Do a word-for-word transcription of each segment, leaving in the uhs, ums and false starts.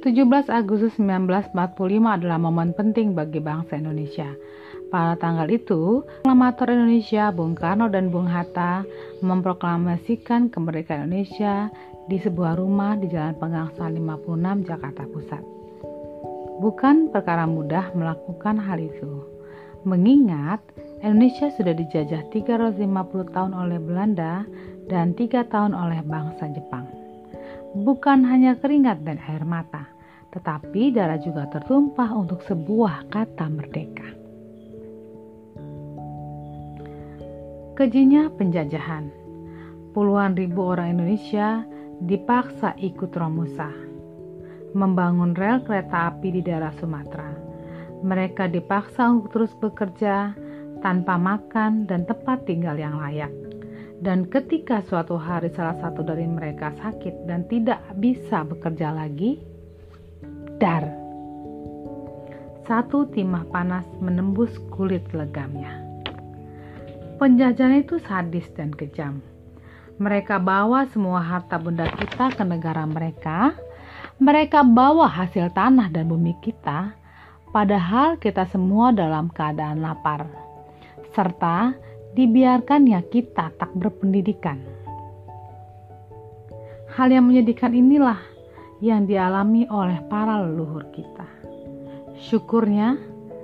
tujuh belas Agustus seribu sembilan ratus empat puluh lima adalah momen penting bagi bangsa Indonesia. Pada tanggal itu, proklamator Indonesia Bung Karno dan Bung Hatta memproklamasikan kemerdekaan Indonesia di sebuah rumah di Jalan Pegangsaan lima puluh enam, Jakarta Pusat. Bukan perkara mudah melakukan hal itu, mengingat Indonesia sudah dijajah tiga ratus lima puluh tahun oleh Belanda dan tiga tahun oleh bangsa Jepang. Bukan hanya keringat dan air mata, tetapi darah juga tertumpah untuk sebuah kata merdeka. Kejinya penjajahan, puluhan ribu orang Indonesia dipaksa ikut Romusa, membangun rel kereta api di daerah Sumatera. Mereka dipaksa untuk terus bekerja tanpa makan dan tempat tinggal yang layak. Dan ketika suatu hari salah satu dari mereka sakit dan tidak bisa bekerja lagi, dar, satu timah panas menembus kulit legamnya. Penjajahan itu sadis dan kejam. Mereka bawa semua harta benda kita ke negara mereka. Mereka bawa hasil tanah dan bumi kita, padahal kita semua dalam keadaan lapar. Serta dibiarkannya kita tak berpendidikan. Hal yang menyedihkan inilah yang dialami oleh para leluhur kita. Syukurnya,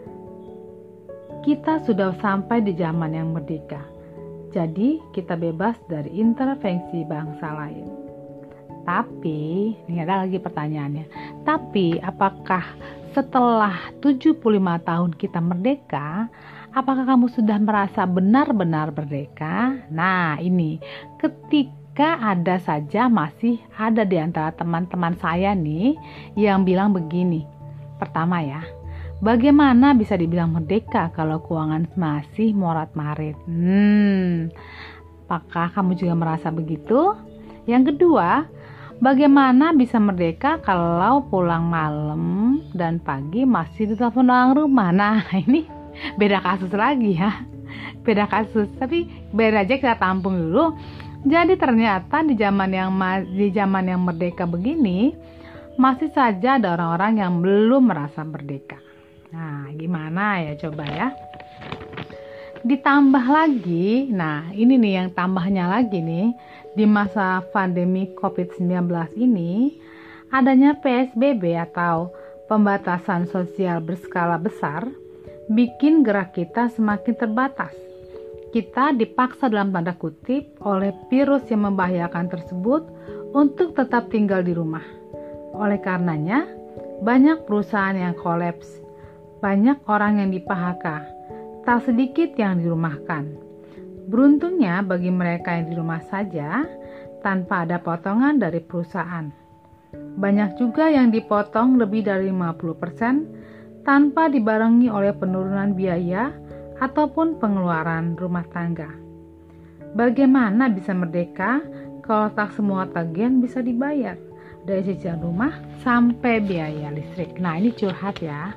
kita sudah sampai di zaman yang merdeka. Jadi kita bebas dari intervensi bangsa lain. Tapi, ini ada lagi pertanyaannya. Tapi apakah setelah tujuh puluh lima tahun kita merdeka, apakah kamu sudah merasa benar-benar merdeka? Nah, ini ketika ada saja masih ada di antara teman-teman saya nih yang bilang begini. Pertama ya, bagaimana bisa dibilang merdeka kalau keuangan masih morat-marit? Hmm, apakah kamu juga merasa begitu? Yang kedua, bagaimana bisa merdeka kalau pulang malam dan pagi masih ditelepon orang rumah? Nah, ini beda kasus lagi ya. Beda kasus, tapi biar aja kita tampung dulu. Jadi ternyata di zaman yang di zaman yang merdeka begini, masih saja ada orang-orang yang belum merasa merdeka. Nah, gimana ya coba ya? Ditambah lagi, nah ini nih yang tambahnya lagi nih, di masa pandemi covid sembilan belas ini, adanya P S B B atau pembatasan sosial berskala besar, bikin gerak kita semakin terbatas. Kita dipaksa dalam tanda kutip oleh virus yang membahayakan tersebut untuk tetap tinggal di rumah. Oleh karenanya, banyak perusahaan yang kolaps. Banyak orang yang di P H K, tak sedikit yang dirumahkan. Beruntungnya bagi mereka yang di rumah saja, tanpa ada potongan dari perusahaan. Banyak juga yang dipotong lebih dari lima puluh persen tanpa dibarengi oleh penurunan biaya ataupun pengeluaran rumah tangga. Bagaimana bisa merdeka kalau tak semua tagihan bisa dibayar? Dari cicilan rumah sampai biaya listrik. Nah, ini curhat ya.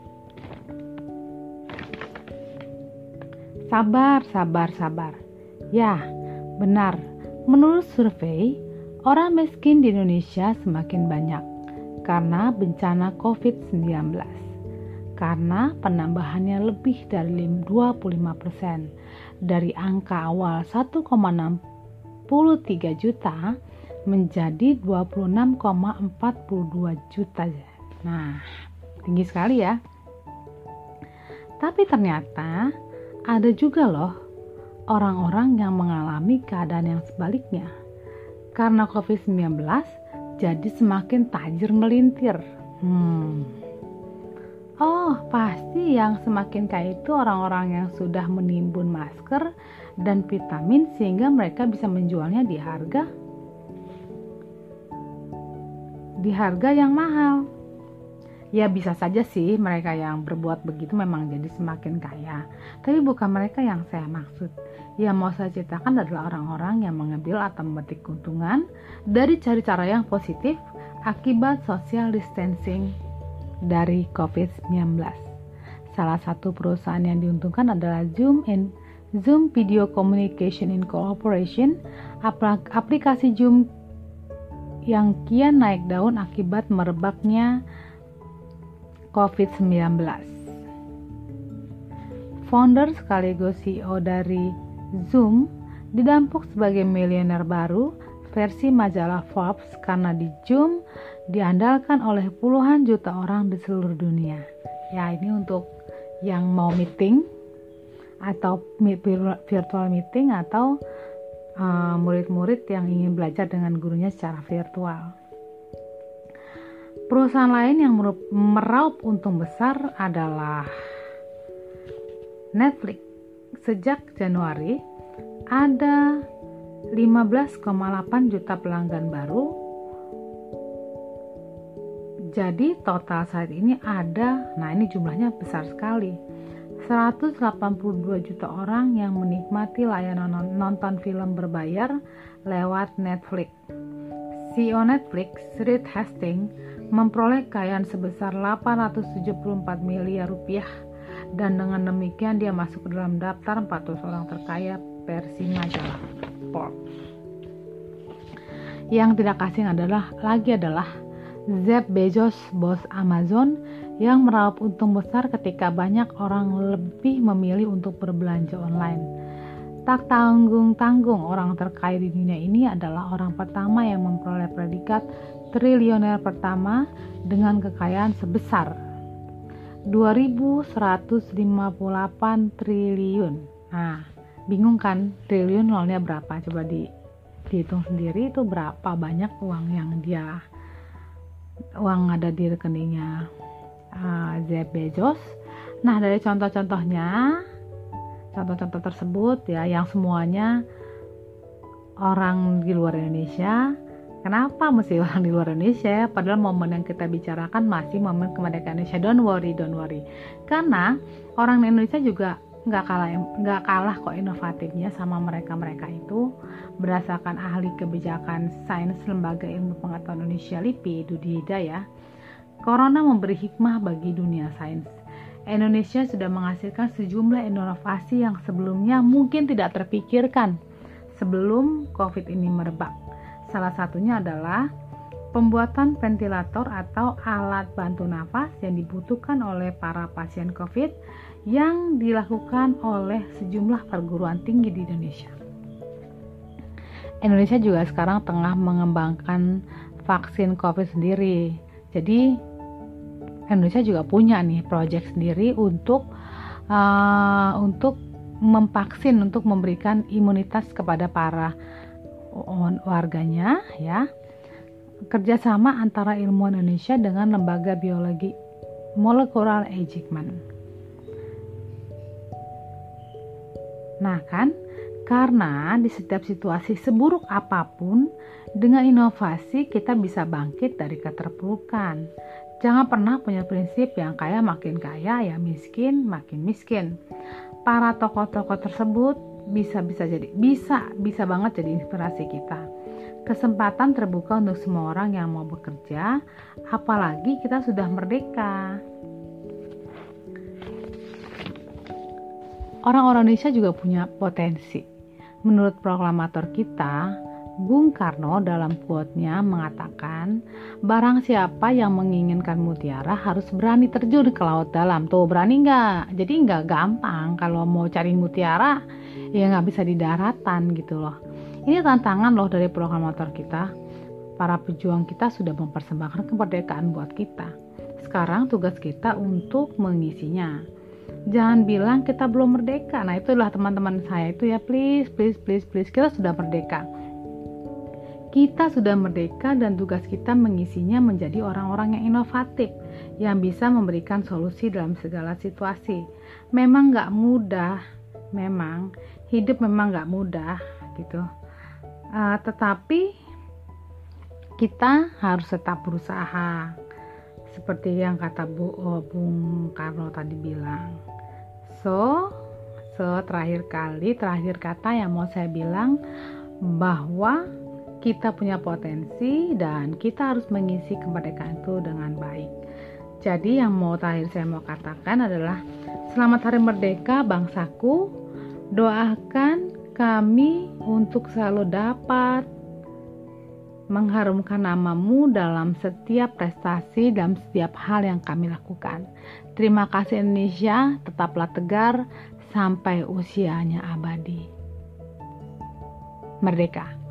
Sabar, sabar, sabar. Ya, benar. Menurut survei, orang miskin di Indonesia semakin banyak karena bencana covid sembilan belas. Karena penambahannya lebih dari dua puluh lima persen dari angka awal satu koma enam tiga juta menjadi dua puluh enam koma empat dua juta. Nah, tinggi sekali ya. Tapi ternyata ada juga loh orang-orang yang mengalami keadaan yang sebaliknya. Karena covid sembilan belas jadi semakin tajir melintir. Hmm. Oh, pasti yang semakin kaya itu orang-orang yang sudah menimbun masker dan vitamin sehingga mereka bisa menjualnya di harga di harga yang mahal. Ya bisa saja sih mereka yang berbuat begitu memang jadi semakin kaya. Tapi bukan mereka yang saya maksud. Yang mau saya ceritakan adalah orang-orang yang mengambil atau memetik keuntungan dari cari cara yang positif akibat social distancing dari covid sembilan belas. Salah satu perusahaan yang diuntungkan adalah Zoom and Zoom Video Communication Incorporation. Aplikasi Zoom yang kian naik daun akibat merebaknya covid sembilan belas. Founder sekaligus C E O dari Zoom didapuk sebagai miliuner baru versi majalah Forbes karena di Zoom diandalkan oleh puluhan juta orang di seluruh dunia. Ya, ini untuk yang mau meeting atau virtual meeting atau uh, murid-murid yang ingin belajar dengan gurunya secara virtual. Perusahaan lain yang meraup untung besar adalah Netflix. Sejak Januari ada lima belas koma delapan juta pelanggan baru. Jadi total saat ini ada, nah ini jumlahnya besar sekali, seratus delapan puluh dua juta orang yang menikmati layanan nonton film berbayar lewat Netflix. C E O Netflix, Reed Hastings, memperoleh kekayaan sebesar delapan ratus tujuh puluh empat miliar rupiah, dan dengan demikian dia masuk ke dalam daftar empat ratus orang terkaya versi majalah Forbes. Yang tidak asing adalah lagi adalah Jeff Bezos, bos Amazon, yang meraup untung besar ketika banyak orang lebih memilih untuk berbelanja online. Tak tanggung-tanggung, orang terkaya di dunia ini adalah orang pertama yang memperoleh predikat triliuner pertama dengan kekayaan sebesar dua ribu seratus lima puluh delapan triliun. Nah, bingung kan triliun nolnya berapa? Coba di, dihitung sendiri itu berapa banyak uang yang dia uang ada di rekeningnya uh, Jeff Bezos. Nah, dari contoh-contohnya, contoh-contoh tersebut ya, yang semuanya orang di luar Indonesia. Kenapa mesti orang di luar Indonesia? Padahal momen yang kita bicarakan masih momen kemerdekaan Indonesia. Don't worry, don't worry. Karena orang di Indonesia juga nggak kalah nggak kalah kok inovatifnya sama mereka-mereka itu. Berdasarkan ahli kebijakan sains Lembaga Ilmu Pengetahuan Indonesia L I P I, Dudi Hidayah, Corona memberi hikmah bagi dunia sains. Indonesia sudah menghasilkan sejumlah inovasi yang sebelumnya mungkin tidak terpikirkan sebelum COVID ini merebak. Salah satunya adalah pembuatan ventilator atau alat bantu nafas yang dibutuhkan oleh para pasien COVID yang dilakukan oleh sejumlah perguruan tinggi di Indonesia. Indonesia juga sekarang tengah mengembangkan vaksin COVID sendiri. Jadi Indonesia juga punya nih proyek sendiri untuk uh, untuk memvaksin, untuk memberikan imunitas kepada para warganya ya. Kerjasama antara ilmuwan Indonesia dengan lembaga biologi molekular Eijkman. Nah kan, karena di setiap situasi seburuk apapun, dengan inovasi kita bisa bangkit dari keterpurukan. Jangan pernah punya prinsip yang kaya makin kaya, ya miskin makin miskin. Para tokoh-tokoh tersebut bisa bisa jadi bisa bisa banget jadi inspirasi kita. Kesempatan terbuka untuk semua orang yang mau bekerja, apalagi kita sudah merdeka. Orang-orang Indonesia juga punya potensi. Menurut proklamator kita, Bung Karno dalam quote-nya mengatakan, barang siapa yang menginginkan mutiara harus berani terjun ke laut dalam. Tuh, berani nggak? Jadi nggak gampang kalau mau cari mutiara, ya nggak bisa di daratan gitu loh. Ini tantangan loh dari proklamator kita. Para pejuang kita sudah mempersembahkan kemerdekaan buat kita. Sekarang tugas kita untuk mengisinya. Jangan bilang kita belum merdeka. Nah, itulah teman-teman saya itu ya, please, please, please, please. Kita sudah merdeka. Kita sudah merdeka dan tugas kita mengisinya menjadi orang-orang yang inovatif, yang bisa memberikan solusi dalam segala situasi. Memang gak mudah, memang hidup memang gak mudah gitu. Uh, tetapi kita harus tetap berusaha. Seperti yang kata Bu, oh, Bung Karno tadi bilang. So, so terakhir kali, terakhir kata yang mau saya bilang, bahwa kita punya potensi dan kita harus mengisi kemerdekaan itu dengan baik. Jadi yang mau terakhir saya mau katakan adalah, selamat Hari Merdeka bangsaku. Doakan kami untuk selalu dapat mengharumkan namamu dalam setiap prestasi, dalam setiap hal yang kami lakukan. Terima kasih Indonesia, tetaplah tegar sampai usianya abadi. Merdeka!